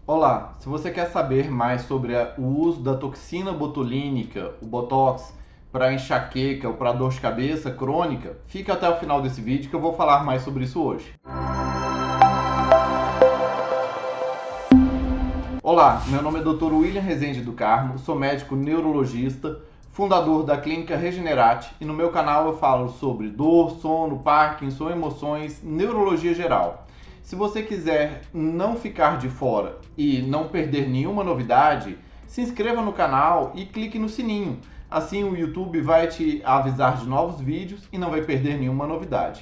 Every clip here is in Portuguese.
Olá, se você quer saber mais sobre o uso da toxina botulínica, o Botox, para enxaqueca ou para dor de cabeça crônica, fica até o final desse vídeo que eu vou falar mais sobre isso hoje. Olá, meu nome é Dr. William Rezende do Carmo, sou médico neurologista, fundador da Clínica Regenerate e no meu canal eu falo sobre dor, sono, Parkinson, emoções, neurologia geral. Se você quiser não ficar de fora e não perder nenhuma novidade, se inscreva no canal e clique no sininho. Assim o YouTube vai te avisar de novos vídeos e não vai perder nenhuma novidade.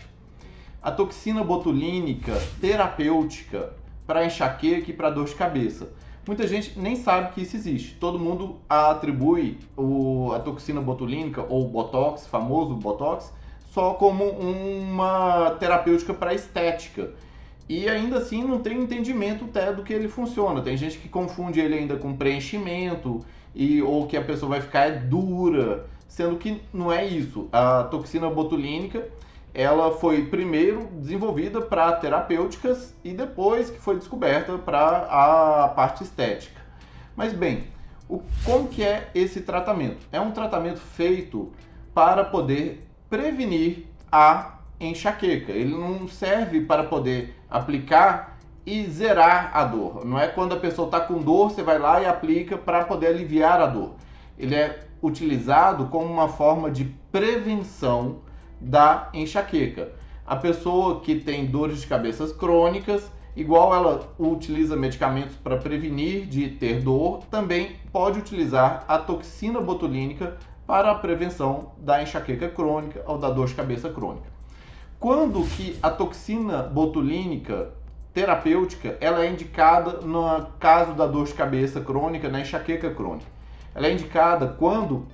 A toxina botulínica terapêutica para enxaqueca e para dor de cabeça. Muita gente nem sabe que isso existe. Todo mundo atribui a toxina botulínica ou Botox, famoso Botox, só como uma terapêutica para estética. E ainda assim não tem entendimento até do que ele funciona. Tem gente que confunde ele ainda com preenchimento ou que a pessoa vai ficar dura, sendo que não é isso. A toxina botulínica ela foi primeiro desenvolvida para terapêuticas e depois que foi descoberta para a parte estética. Mas bem, como que é esse tratamento? É um tratamento feito para poder prevenir a enxaqueca. Ele não serve para poder aplicar e zerar a dor. Não é quando a pessoa está com dor, você vai lá e aplica para poder aliviar a dor. Ele é utilizado como uma forma de prevenção da enxaqueca. A pessoa que tem dores de cabeça crônicas, igual ela utiliza medicamentos para prevenir de ter dor, também pode utilizar a toxina botulínica para a prevenção da enxaqueca crônica ou da dor de cabeça crônica. Quando que a toxina botulínica terapêutica ela é indicada no caso da dor de cabeça crônica, na enxaqueca crônica? Ela é indicada quando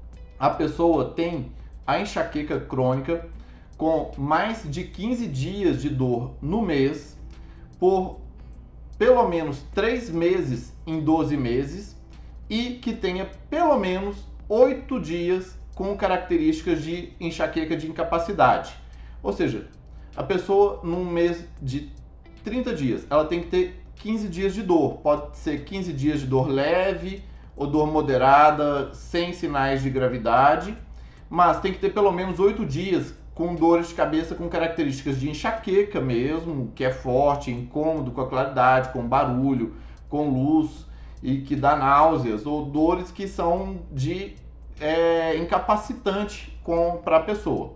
a pessoa tem a enxaqueca crônica com mais de 15 dias de dor no mês, por pelo menos 3 meses em 12 meses e que tenha pelo menos 8 dias com características de enxaqueca de incapacidade. Ou seja, a pessoa num mês de 30 dias, ela tem que ter 15 dias de dor. Pode ser 15 dias de dor leve ou dor moderada, sem sinais de gravidade, mas tem que ter pelo menos 8 dias com dores de cabeça com características de enxaqueca mesmo, que é forte, incômodo com a claridade, com barulho, com luz e que dá náuseas, ou dores que são de incapacitante para a pessoa.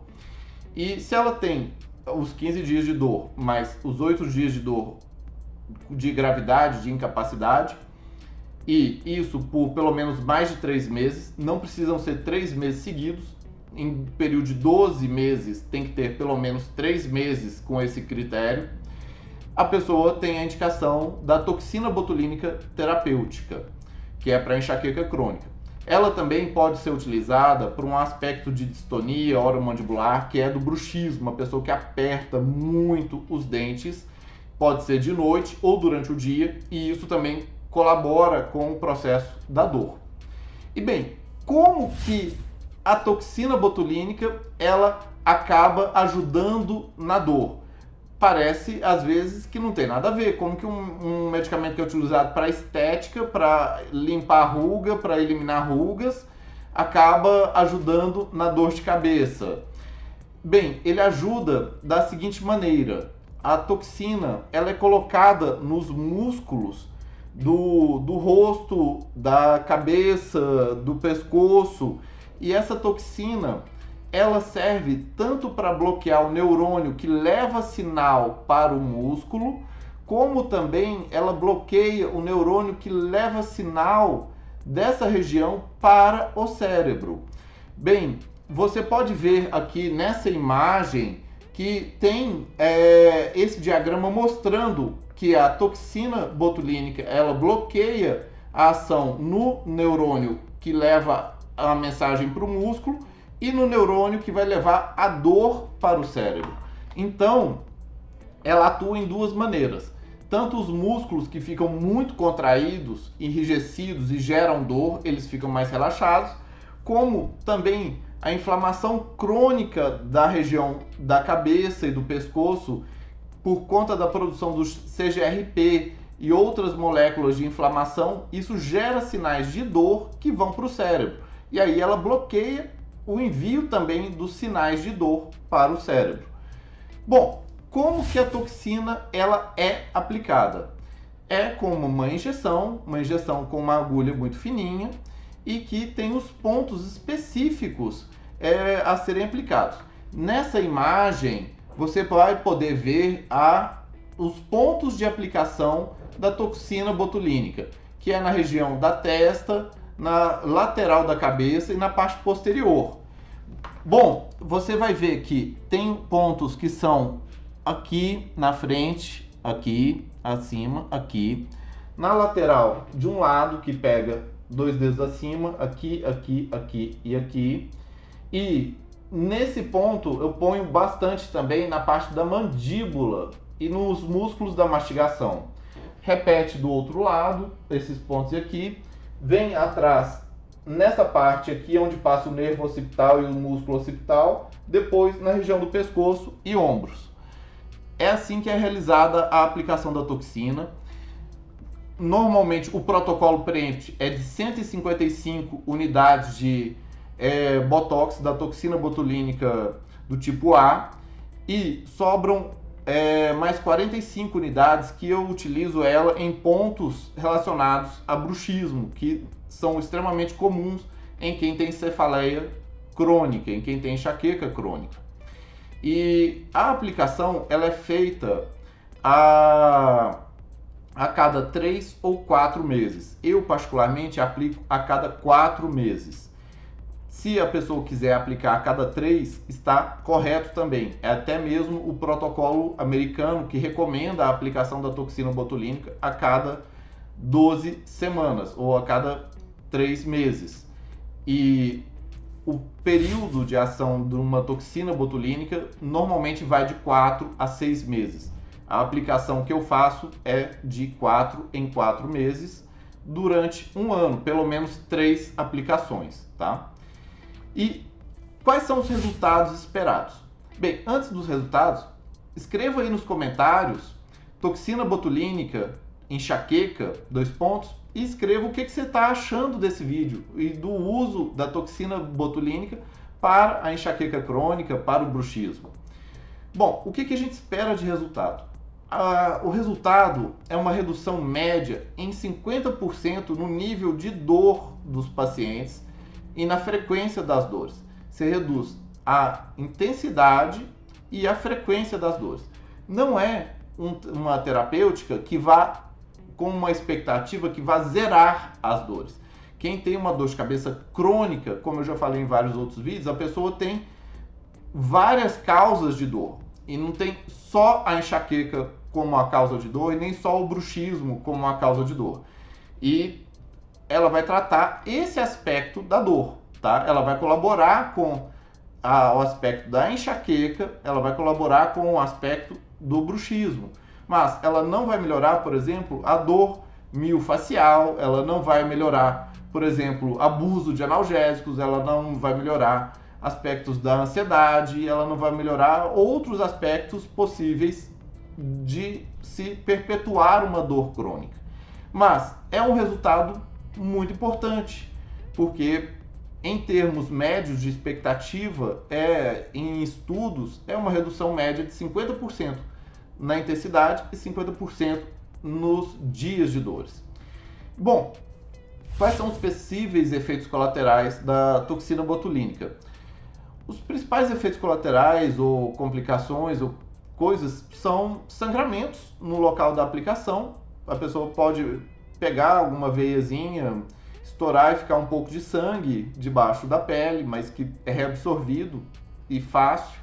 E se ela tem os 15 dias de dor, mais os 8 dias de dor de gravidade, de incapacidade, e isso por pelo menos mais de 3 meses, não precisam ser 3 meses seguidos, em período de 12 meses tem que ter pelo menos 3 meses com esse critério, a pessoa tem a indicação da toxina botulínica terapêutica, que é para enxaqueca crônica. Ela também pode ser utilizada por um aspecto de distonia oromandibular, que é do bruxismo, uma pessoa que aperta muito os dentes, pode ser de noite ou durante o dia, e isso também colabora com o processo da dor. E bem, como que a toxina botulínica ela acaba ajudando na dor? Parece às vezes que não tem nada a ver, como que um medicamento que é utilizado para estética, para limpar ruga, para eliminar rugas, acaba ajudando na dor de cabeça. Bem, ele ajuda da seguinte maneira: a toxina ela é colocada nos músculos do rosto, da cabeça, do pescoço, e essa toxina ela serve tanto para bloquear o neurônio que leva sinal para o músculo, como também ela bloqueia o neurônio que leva sinal dessa região para o cérebro. Bem, você pode ver aqui nessa imagem que tem esse diagrama mostrando que a toxina botulínica ela bloqueia a ação no neurônio que leva a mensagem para o músculo e no neurônio que vai levar a dor para o cérebro. Então, ela atua em duas maneiras. Tanto os músculos que ficam muito contraídos, enrijecidos e geram dor, eles ficam mais relaxados, como também a inflamação crônica da região da cabeça e do pescoço por conta da produção do CGRP e outras moléculas de inflamação, isso gera sinais de dor que vão para o cérebro. E aí ela bloqueia o envio também dos sinais de dor para o cérebro. Bom, como que a toxina ela é aplicada? É como uma injeção com uma agulha muito fininha e que tem os pontos específicos a serem aplicados. Nessa imagem você vai poder ver os pontos de aplicação da toxina botulínica, que é na região da testa, na lateral da cabeça e na parte posterior. Bom, você vai ver que tem pontos que são aqui na frente, aqui, acima, aqui. Na lateral de um lado, que pega 2 dedos acima, aqui, aqui, aqui e aqui. E nesse ponto eu ponho bastante também na parte da mandíbula e nos músculos da mastigação. Repete do outro lado, esses pontos aqui. Vem atrás, nessa parte aqui, onde passa o nervo occipital e o músculo occipital. Depois na região do pescoço e ombros. É assim que é realizada a aplicação da toxina. Normalmente o protocolo PREEMPT é de 155 unidades de Botox da toxina botulínica do tipo A e sobram mais 45 unidades que eu utilizo ela em pontos relacionados a bruxismo, que são extremamente comuns em quem tem cefaleia crônica, em quem tem enxaqueca crônica. E a aplicação ela é feita a cada 3 ou 4 meses. Eu particularmente aplico a cada 4 meses. Se a pessoa quiser aplicar a cada 3, está correto também. É até mesmo o protocolo americano que recomenda a aplicação da toxina botulínica a cada 12 semanas ou a cada 3 meses. E o período de ação de uma toxina botulínica normalmente vai de 4 a 6 meses. A aplicação que eu faço é de 4 em 4 meses durante um ano, pelo menos 3 aplicações, tá? E quais são os resultados esperados? Bem, antes dos resultados, escreva aí nos comentários toxina botulínica, enxaqueca, 2 pontos, e escreva o que você está achando desse vídeo e do uso da toxina botulínica para a enxaqueca crônica, para o bruxismo. Bom, o que a gente espera de resultado? O resultado é uma redução média em 50% no nível de dor dos pacientes e na frequência das dores. Você reduz a intensidade e a frequência das dores. Não é uma terapêutica que vá com uma expectativa que vá zerar as dores. Quem tem uma dor de cabeça crônica, como eu já falei em vários outros vídeos, a pessoa tem várias causas de dor. E não tem só a enxaqueca como a causa de dor e nem só o bruxismo como a causa de dor. E ela vai tratar esse aspecto da dor, tá? Ela vai colaborar com o aspecto da enxaqueca, ela vai colaborar com o aspecto do bruxismo. Mas ela não vai melhorar, por exemplo, a dor miofascial, ela não vai melhorar, por exemplo, abuso de analgésicos, ela não vai melhorar aspectos da ansiedade, ela não vai melhorar outros aspectos possíveis de se perpetuar uma dor crônica. Mas é um resultado muito importante, porque em termos médios de expectativa, em estudos, é uma redução média de 50% na intensidade e 50% nos dias de dores. Bom, quais são os possíveis efeitos colaterais da toxina botulínica? Os principais efeitos colaterais ou complicações ou coisas são sangramentos no local da aplicação. A pessoa pode pegar alguma veiazinha, estourar e ficar um pouco de sangue debaixo da pele, mas que é reabsorvido e fácil.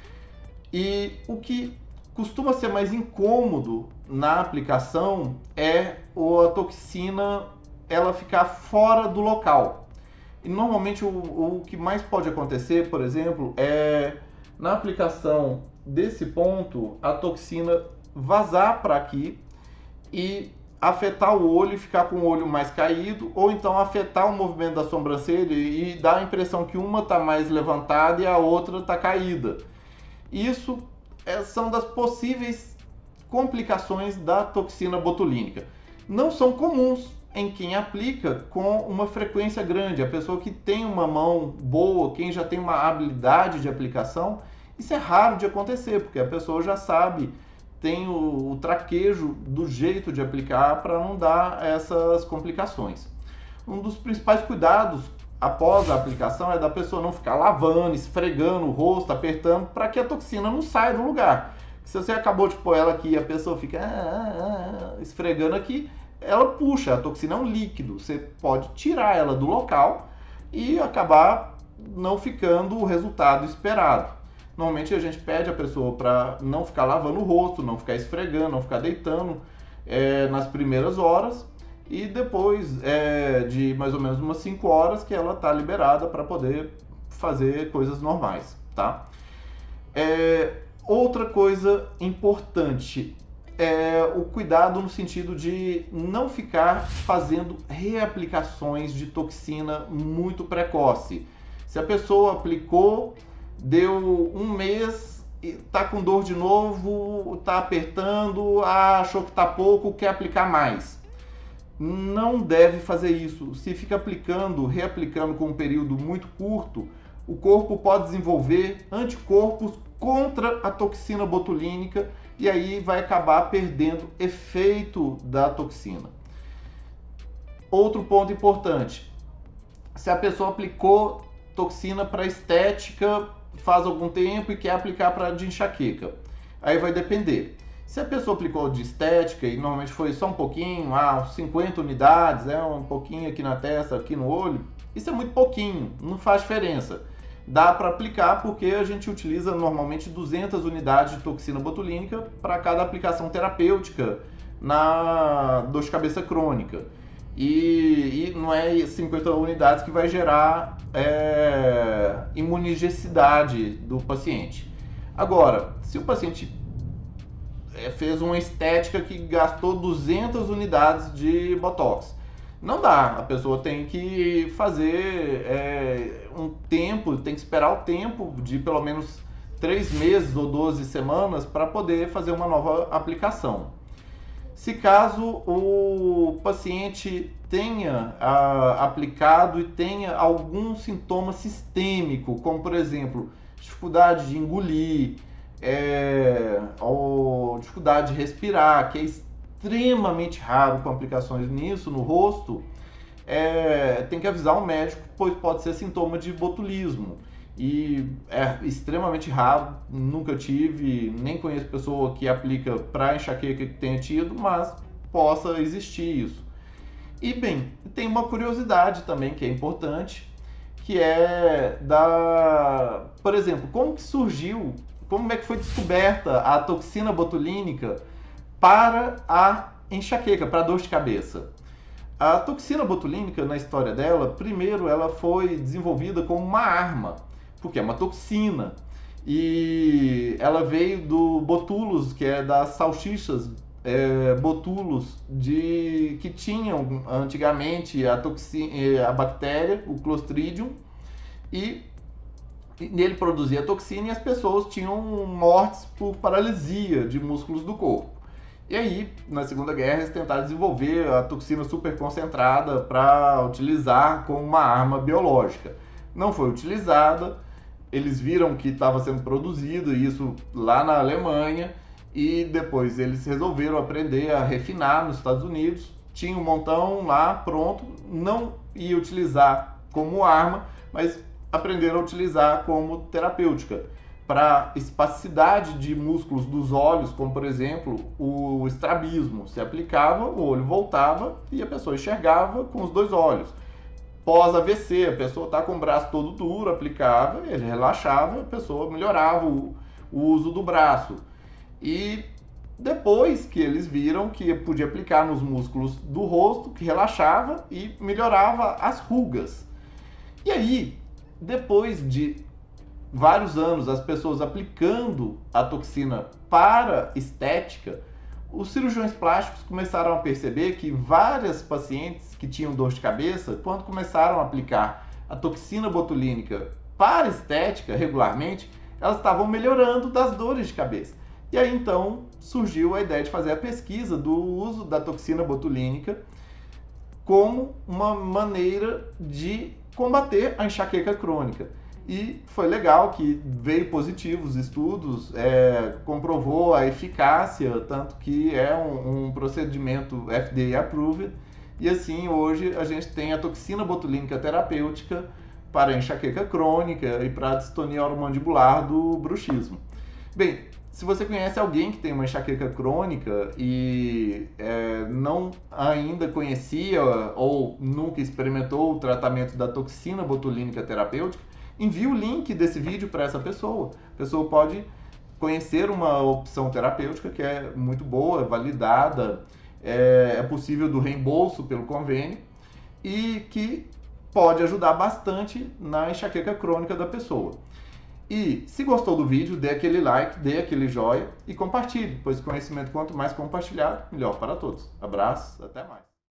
E o que costuma ser mais incômodo na aplicação é a toxina ela ficar fora do local. E normalmente o que mais pode acontecer, por exemplo, é na aplicação desse ponto a toxina vazar para aqui e afetar o olho e ficar com o olho mais caído, ou então afetar o movimento da sobrancelha e dar a impressão que uma está mais levantada e a outra está caída. Isso são das possíveis complicações da toxina botulínica. Não são comuns em quem aplica com uma frequência grande. A pessoa que tem uma mão boa, quem já tem uma habilidade de aplicação, isso é raro de acontecer, porque a pessoa já sabe, tem o traquejo do jeito de aplicar para não dar essas complicações. Um dos principais cuidados após a aplicação é da pessoa não ficar lavando, esfregando o rosto, apertando, para que a toxina não saia do lugar. Se você acabou de pôr ela aqui e a pessoa fica esfregando aqui, ela puxa, a toxina é um líquido, você pode tirar ela do local e acabar não ficando o resultado esperado. Normalmente a gente pede a pessoa para não ficar lavando o rosto, não ficar esfregando, não ficar deitando nas primeiras horas, e depois de mais ou menos umas 5 horas que ela está liberada para poder fazer coisas normais, tá? Outra coisa importante é o cuidado no sentido de não ficar fazendo reaplicações de toxina muito precoce. Se a pessoa aplicou, deu um mês, está com dor de novo, está apertando, achou que está pouco, quer aplicar mais. Não deve fazer isso. Se fica aplicando, reaplicando com um período muito curto, o corpo pode desenvolver anticorpos contra a toxina botulínica e aí vai acabar perdendo efeito da toxina. Outro ponto importante: se a pessoa aplicou toxina para estética faz algum tempo e quer aplicar para de enxaqueca, aí vai depender. Se a pessoa aplicou de estética e normalmente foi só um pouquinho, 50 unidades, um pouquinho aqui na testa, aqui no olho, isso é muito pouquinho, não faz diferença. Dá para aplicar porque a gente utiliza normalmente 200 unidades de toxina botulínica para cada aplicação terapêutica na dor de cabeça crônica. E não é 50 unidades que vai gerar imunogenicidade do paciente. Agora, se o paciente fez uma estética que gastou 200 unidades de Botox, não dá, a pessoa tem que fazer um tempo, tem que esperar o tempo de pelo menos 3 meses ou 12 semanas para poder fazer uma nova aplicação. Se caso o paciente tenha aplicado e tenha algum sintoma sistêmico, como por exemplo, dificuldade de engolir, ou dificuldade de respirar, que é extremamente raro com aplicações nisso no rosto, tem que avisar o médico, pois pode ser sintoma de botulismo. E é extremamente raro, nunca tive, nem conheço pessoa que aplica para enxaqueca que tenha tido, mas possa existir isso. E bem, tem uma curiosidade também que é importante, que é por exemplo, como que surgiu, como é que foi descoberta a toxina botulínica para a enxaqueca, para a dor de cabeça. A toxina botulínica, na história dela, primeiro ela foi desenvolvida como uma arma, porque é uma toxina, e ela veio do botulos, que é das salsichas botulos que tinham antigamente a bactéria, o Clostridium, e nele produzia toxina e as pessoas tinham mortes por paralisia de músculos do corpo. E aí, na Segunda Guerra, eles tentaram desenvolver a toxina super concentrada para utilizar como uma arma biológica. Não foi utilizada, eles viram que estava sendo produzido isso lá na Alemanha e depois eles resolveram aprender a refinar nos Estados Unidos. Tinha um montão lá pronto, não ia utilizar como arma, mas aprenderam a utilizar como terapêutica. Para espasticidade de músculos dos olhos, como por exemplo o estrabismo, se aplicava, o olho voltava e a pessoa enxergava com os 2 olhos. Pós-AVC, a pessoa está com o braço todo duro, aplicava, ele relaxava, a pessoa melhorava o uso do braço. E depois que eles viram que podia aplicar nos músculos do rosto, que relaxava e melhorava as rugas. E aí, depois de vários anos as pessoas aplicando a toxina para estética, os cirurgiões plásticos começaram a perceber que várias pacientes que tinham dor de cabeça, quando começaram a aplicar a toxina botulínica para estética regularmente, elas estavam melhorando das dores de cabeça. E aí então surgiu a ideia de fazer a pesquisa do uso da toxina botulínica como uma maneira de combater a enxaqueca crônica. E foi legal que veio positivos estudos, comprovou a eficácia, tanto que é um procedimento FDA approved, e assim hoje a gente tem a toxina botulínica terapêutica para enxaqueca crônica e para a distonia oromandibular do bruxismo. Bem, se você conhece alguém que tem uma enxaqueca crônica e não ainda conhecia ou nunca experimentou o tratamento da toxina botulínica terapêutica, envie o link desse vídeo para essa pessoa. A pessoa pode conhecer uma opção terapêutica que é muito boa, validada, é possível do reembolso pelo convênio e que pode ajudar bastante na enxaqueca crônica da pessoa. E se gostou do vídeo, dê aquele like, dê aquele joinha e compartilhe, pois conhecimento quanto mais compartilhado, melhor para todos. Abraços, até mais.